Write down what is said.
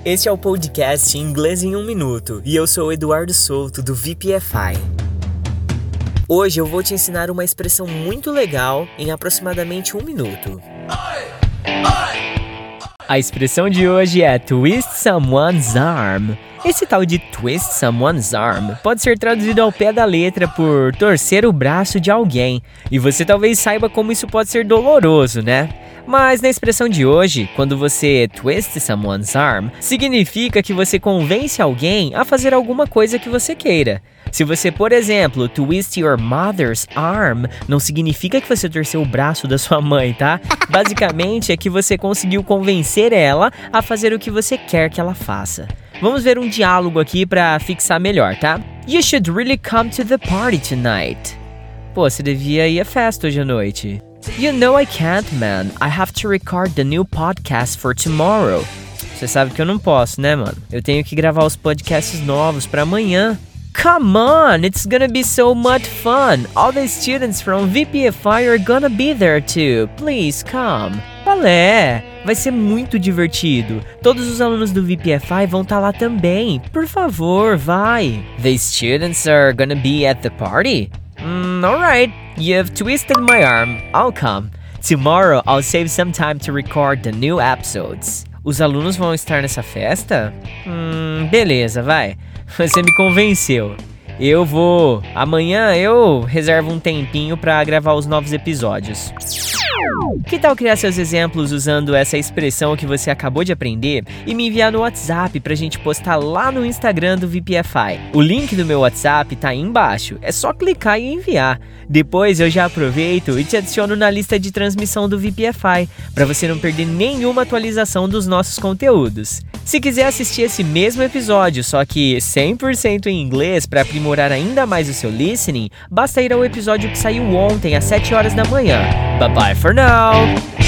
Este é o podcast Inglês em 1 Minuto e eu sou o Eduardo Souto do VPFI. Hoje eu vou te ensinar uma expressão muito legal em aproximadamente 1 minuto. A expressão de hoje é twist someone's arm. Esse tal de twist someone's arm pode ser traduzido ao pé da letra por torcer o braço de alguém. E você talvez saiba como isso pode ser doloroso, né? Mas na expressão de hoje, quando você twist someone's arm, significa que você convence alguém a fazer alguma coisa que você queira. Se você, por exemplo, twist your mother's arm, não significa que você torceu o braço da sua mãe, tá? Basicamente é que você conseguiu convencer ela a fazer o que você quer que ela faça. Vamos ver um diálogo aqui pra fixar melhor, tá? You should really come to the party tonight. Pô, você devia ir à festa hoje à noite. You know I can't, man. I have to record the new podcast for tomorrow. Você sabe que eu não posso, né, mano? Eu tenho que gravar os podcasts novos pra amanhã. Come on, it's gonna be so much fun. All the students from VPFI are gonna be there too. Please come. Vai ser muito divertido. Todos os alunos do VPFI vão estar lá também. Por favor, vai. The students are gonna be at the party? Alright. You've twisted my arm. I'll come. Tomorrow, I'll save some time to record the new episodes. Os alunos vão estar nessa festa? Beleza, vai. Você me convenceu. Eu vou. Amanhã eu reservo um tempinho pra gravar os novos episódios. Que tal criar seus exemplos usando essa expressão que você acabou de aprender e me enviar no WhatsApp pra gente postar lá no Instagram do VPFI? O link do meu WhatsApp tá aí embaixo, é só clicar e enviar. Depois eu já aproveito e te adiciono na lista de transmissão do VPFI, pra você não perder nenhuma atualização dos nossos conteúdos. Se quiser assistir esse mesmo episódio, só que 100% em inglês para aprimorar ainda mais o seu listening, basta ir ao episódio que saiu ontem às 7 horas da manhã. Bye bye for now!